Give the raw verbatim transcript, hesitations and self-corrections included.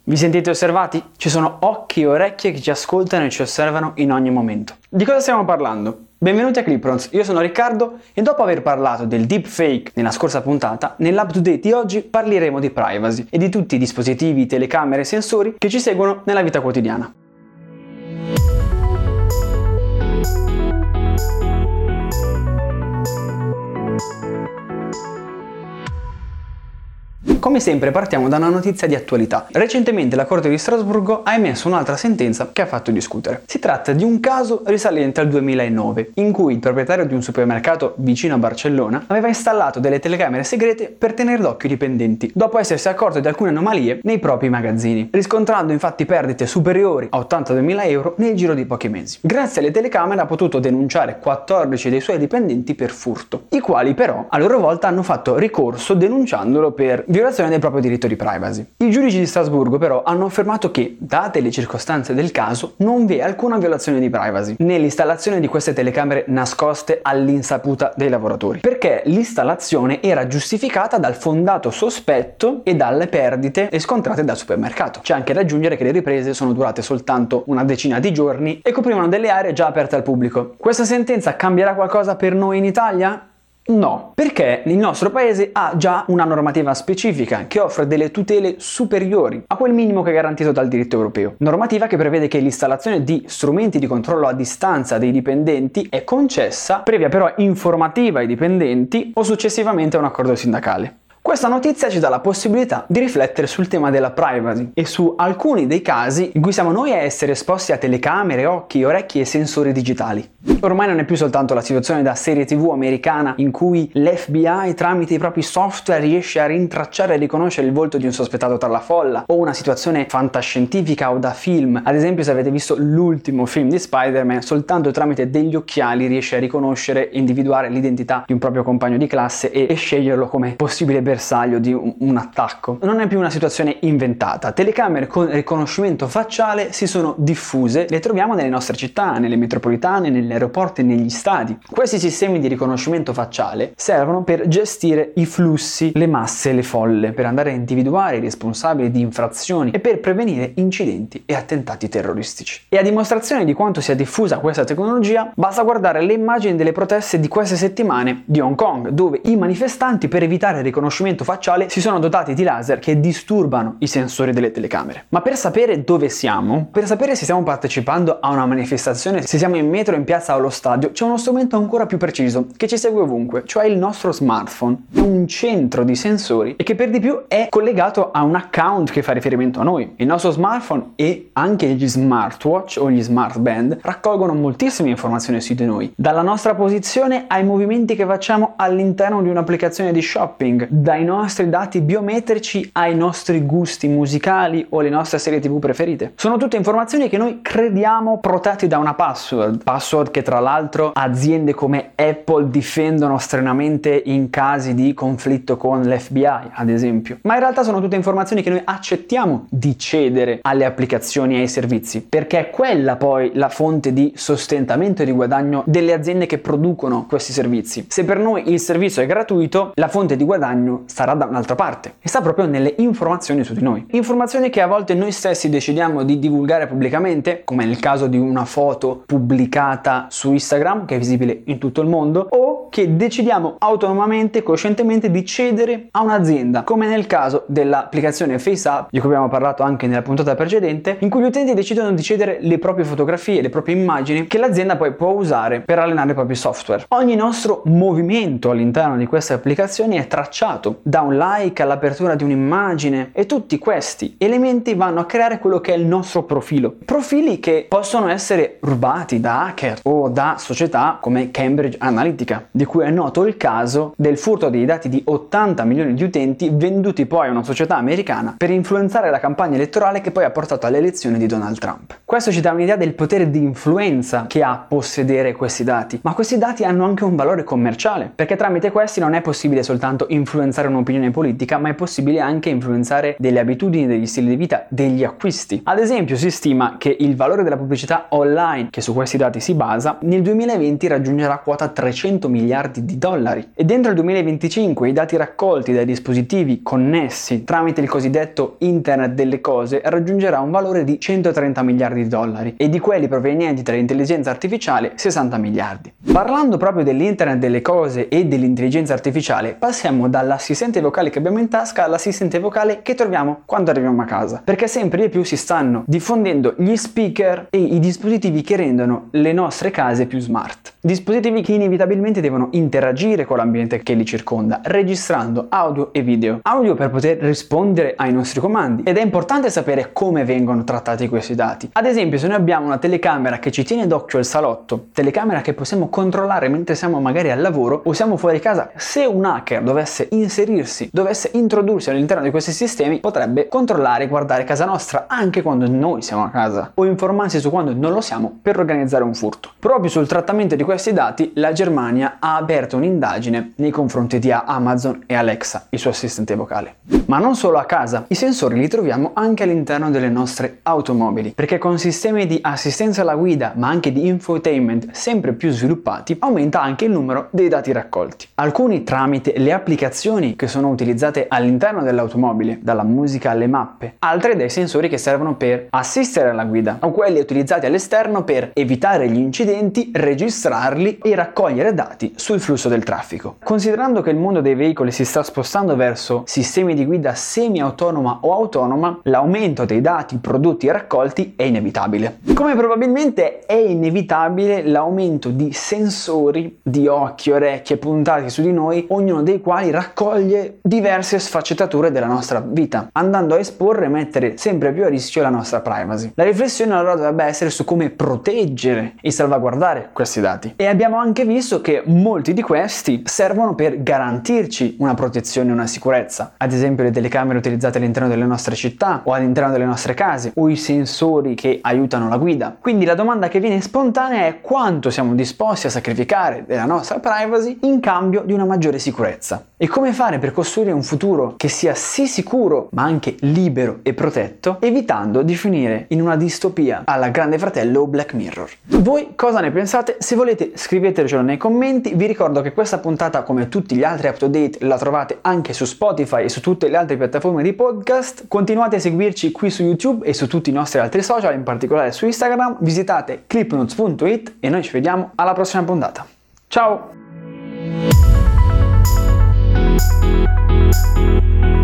Vi sentite osservati? Ci sono occhi e orecchie che ci ascoltano e ci osservano in ogni momento. Di cosa stiamo parlando? Benvenuti a Cliprons, io sono Riccardo e dopo aver parlato del deepfake nella scorsa puntata, nell'up-to-date di oggi parleremo di privacy e di tutti i dispositivi, telecamere e sensori che ci seguono nella vita quotidiana. Come sempre partiamo da una notizia di attualità. Recentemente la Corte di Strasburgo ha emesso un'altra sentenza che ha fatto discutere. Si tratta di un caso risalente al duemilanove, in cui il proprietario di un supermercato vicino a Barcellona aveva installato delle telecamere segrete per tenere d'occhio i dipendenti, dopo essersi accorto di alcune anomalie nei propri magazzini, riscontrando infatti perdite superiori a ottantaduemila euro nel giro di pochi mesi. Grazie alle telecamere ha potuto denunciare quattordici dei suoi dipendenti per furto, i quali però a loro volta hanno fatto ricorso denunciandolo per violazione del proprio diritto di privacy. I giudici di Strasburgo però hanno affermato che, date le circostanze del caso, non vi è alcuna violazione di privacy nell'installazione di queste telecamere nascoste all'insaputa dei lavoratori, perché l'installazione era giustificata dal fondato sospetto e dalle perdite riscontrate dal supermercato. C'è anche da aggiungere che le riprese sono durate soltanto una decina di giorni e coprivano delle aree già aperte al pubblico. Questa sentenza cambierà qualcosa per noi in Italia? No, perché il nostro paese ha già una normativa specifica che offre delle tutele superiori a quel minimo che è garantito dal diritto europeo. Normativa che prevede che l'installazione di strumenti di controllo a distanza dei dipendenti è concessa, previa però informativa ai dipendenti o successivamente a un accordo sindacale. Questa notizia ci dà la possibilità di riflettere sul tema della privacy e su alcuni dei casi in cui siamo noi a essere esposti a telecamere, occhi, orecchie e sensori digitali. Ormai non è più soltanto la situazione da serie tivù americana in cui l'F B I tramite i propri software riesce a rintracciare e riconoscere il volto di un sospettato tra la folla, o una situazione fantascientifica o da film. Ad esempio, se avete visto l'ultimo film di Spider-Man, soltanto tramite degli occhiali riesce a riconoscere e individuare l'identità di un proprio compagno di classe e, e sceglierlo come possibile bersaglio di un, un attacco. Non è più una situazione inventata. Telecamere con riconoscimento facciale si sono diffuse, le troviamo nelle nostre città, nelle metropolitane, negli aeroporti e negli stadi. Questi sistemi di riconoscimento facciale servono per gestire i flussi, le masse e le folle, per andare a individuare i responsabili di infrazioni e per prevenire incidenti e attentati terroristici. E a dimostrazione di quanto sia diffusa questa tecnologia, basta guardare le immagini delle proteste di queste settimane di Hong Kong, dove i manifestanti, per evitare il riconoscimento facciale, si sono dotati di laser che disturbano i sensori delle telecamere. Ma per sapere dove siamo, per sapere se stiamo partecipando a una manifestazione, se siamo in metro, in piazza o allo stadio, c'è uno strumento ancora più preciso che ci segue ovunque, cioè il nostro smartphone. È un centro di sensori e che per di più è collegato a un account che fa riferimento a noi. Il nostro smartphone e anche gli smartwatch o gli smartband raccolgono moltissime informazioni su di noi, dalla nostra posizione ai movimenti che facciamo all'interno di un'applicazione di shopping, dai nostri dati biometrici ai nostri gusti musicali o le nostre serie tivù preferite. Sono tutte informazioni che noi crediamo protette da una password, password che tra l'altro aziende come Apple difendono strenamente in casi di conflitto con l'F B I, ad esempio. Ma in realtà sono tutte informazioni che noi accettiamo di cedere alle applicazioni e ai servizi, perché è quella poi la fonte di sostentamento e di guadagno delle aziende che producono questi servizi. Se per noi il servizio è gratuito, la fonte di guadagno starà da un'altra parte e sta proprio nelle informazioni su di noi. Informazioni che a volte noi stessi decidiamo di divulgare pubblicamente, come nel caso di una foto pubblicata su Instagram che è visibile in tutto il mondo, o che decidiamo autonomamente, coscientemente di cedere a un'azienda, come nel caso dell'applicazione FaceApp di cui abbiamo parlato anche nella puntata precedente, in cui gli utenti decidono di cedere le proprie fotografie, le proprie immagini che l'azienda poi può usare per allenare i propri software. Ogni nostro movimento all'interno di queste applicazioni è tracciato, da un like all'apertura di un'immagine, e tutti questi elementi vanno a creare quello che è il nostro profilo. Profili che possono essere rubati da hacker o da società come Cambridge Analytica, di cui è noto il caso del furto dei dati di ottanta milioni di utenti venduti poi a una società americana per influenzare la campagna elettorale che poi ha portato alle elezioni di Donald Trump. Questo ci dà un'idea del potere di influenza che ha possedere questi dati, ma questi dati hanno anche un valore commerciale, perché tramite questi non è possibile soltanto influenzare influenzare un'opinione politica, ma è possibile anche influenzare delle abitudini, degli stili di vita, degli acquisti. Ad esempio, si stima che il valore della pubblicità online, che su questi dati si basa, nel duemilaventi raggiungerà quota trecento miliardi di dollari. E dentro il duemilaventicinque i dati raccolti dai dispositivi connessi tramite il cosiddetto Internet delle cose raggiungerà un valore di centotrenta miliardi di dollari e di quelli provenienti dall'intelligenza artificiale sessanta miliardi. Parlando proprio dell'Internet delle cose e dell'intelligenza artificiale, passiamo dall'assistente vocale che abbiamo in tasca all'assistente vocale che troviamo quando arriviamo a casa, perché sempre di più si stanno diffondendo gli speaker e i dispositivi che rendono le nostre case più smart. Dispositivi che inevitabilmente devono interagire con l'ambiente che li circonda, registrando audio e video. Audio per poter rispondere ai nostri comandi, ed è importante sapere come vengono trattati questi dati. Ad esempio, se noi abbiamo una telecamera che ci tiene d'occhio il salotto, telecamera che possiamo controllare mentre siamo magari al lavoro o siamo fuori casa, se un hacker dovesse inserirsi, dovesse introdursi all'interno di questi sistemi, potrebbe controllare e guardare casa nostra anche quando noi siamo a casa, o informarsi su quando non lo siamo per organizzare un furto. Proprio sul trattamento di questi dati, la Germania ha aperto un'indagine nei confronti di Amazon e Alexa, il suo assistente vocale. Ma non solo a casa, i sensori li troviamo anche all'interno delle nostre automobili, perché con sistemi di assistenza alla guida, ma anche di infotainment sempre più sviluppati, aumenta anche il numero dei dati raccolti. Alcuni tramite le applicazioni che sono utilizzate all'interno dell'automobile, dalla musica alle mappe, altre dai sensori che servono per assistere alla guida, o quelli utilizzati all'esterno per evitare gli incidenti, registrarli e raccogliere dati sul flusso del traffico. Considerando che il mondo dei veicoli si sta spostando verso sistemi di guida semi-autonoma o autonoma, l'aumento dei dati prodotti e raccolti è inevitabile. Come probabilmente è inevitabile l'aumento di sensori, di occhi, orecchie puntati su di noi, ognuno dei quali raccoglie diverse sfaccettature della nostra vita, andando a esporre e mettere sempre più a rischio la nostra privacy. La riflessione allora dovrebbe essere su come proteggere e salvaguardare questi dati. E abbiamo anche visto che molti di questi servono per garantirci una protezione e una sicurezza. Ad esempio le telecamere utilizzate all'interno delle nostre città o all'interno delle nostre case, o i sensori che aiutano la guida. Quindi la domanda che viene spontanea è quanto siamo disposti a sacrificare della nostra privacy in cambio di una maggiore sicurezza. E come fare per costruire un futuro che sia sì sicuro ma anche libero e protetto, evitando di finire in una distopia alla Grande Fratello o Black Mirror. Voi cosa ne pensate? Se volete scrivetecelo nei commenti. Vi ricordo che questa puntata, come tutti gli altri up to date, la trovate anche su Spotify e su tutte le altre piattaforme di podcast. Continuate a seguirci qui su YouTube e su tutti i nostri altri social, in particolare su Instagram. Visitate clipnotes punto it e noi ci vediamo alla prossima puntata. Ciao!